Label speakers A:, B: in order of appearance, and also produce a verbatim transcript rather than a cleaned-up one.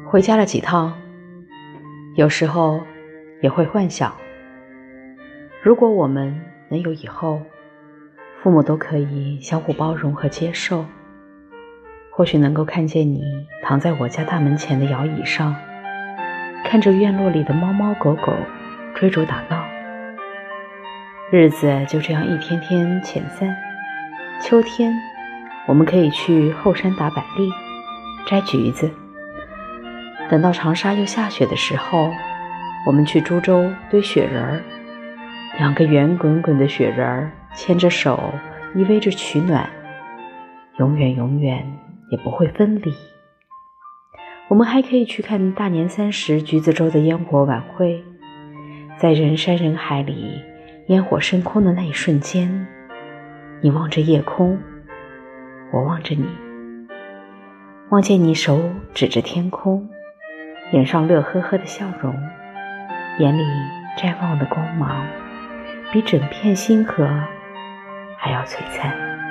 A: 回家了几趟，有时候也会幻想，如果我们能有以后，父母都可以相互包容和接受，或许能够看见你躺在我家大门前的摇椅上，看着院落里的猫猫狗狗追逐打闹，日子就这样一天天遣散。秋天我们可以去后山打百栗，摘橘子，等到长沙又下雪的时候，我们去株洲堆雪人儿，两个圆滚滚的雪人儿牵着手依偎着取暖，永远永远也不会分离。我们还可以去看大年三十橘子洲的烟火晚会，在人山人海里烟火升空的那一瞬间，你望着夜空，我望着你，望见你手指着天空，脸上乐呵呵的笑容，眼里绽放的光芒比整片星河还要璀璨。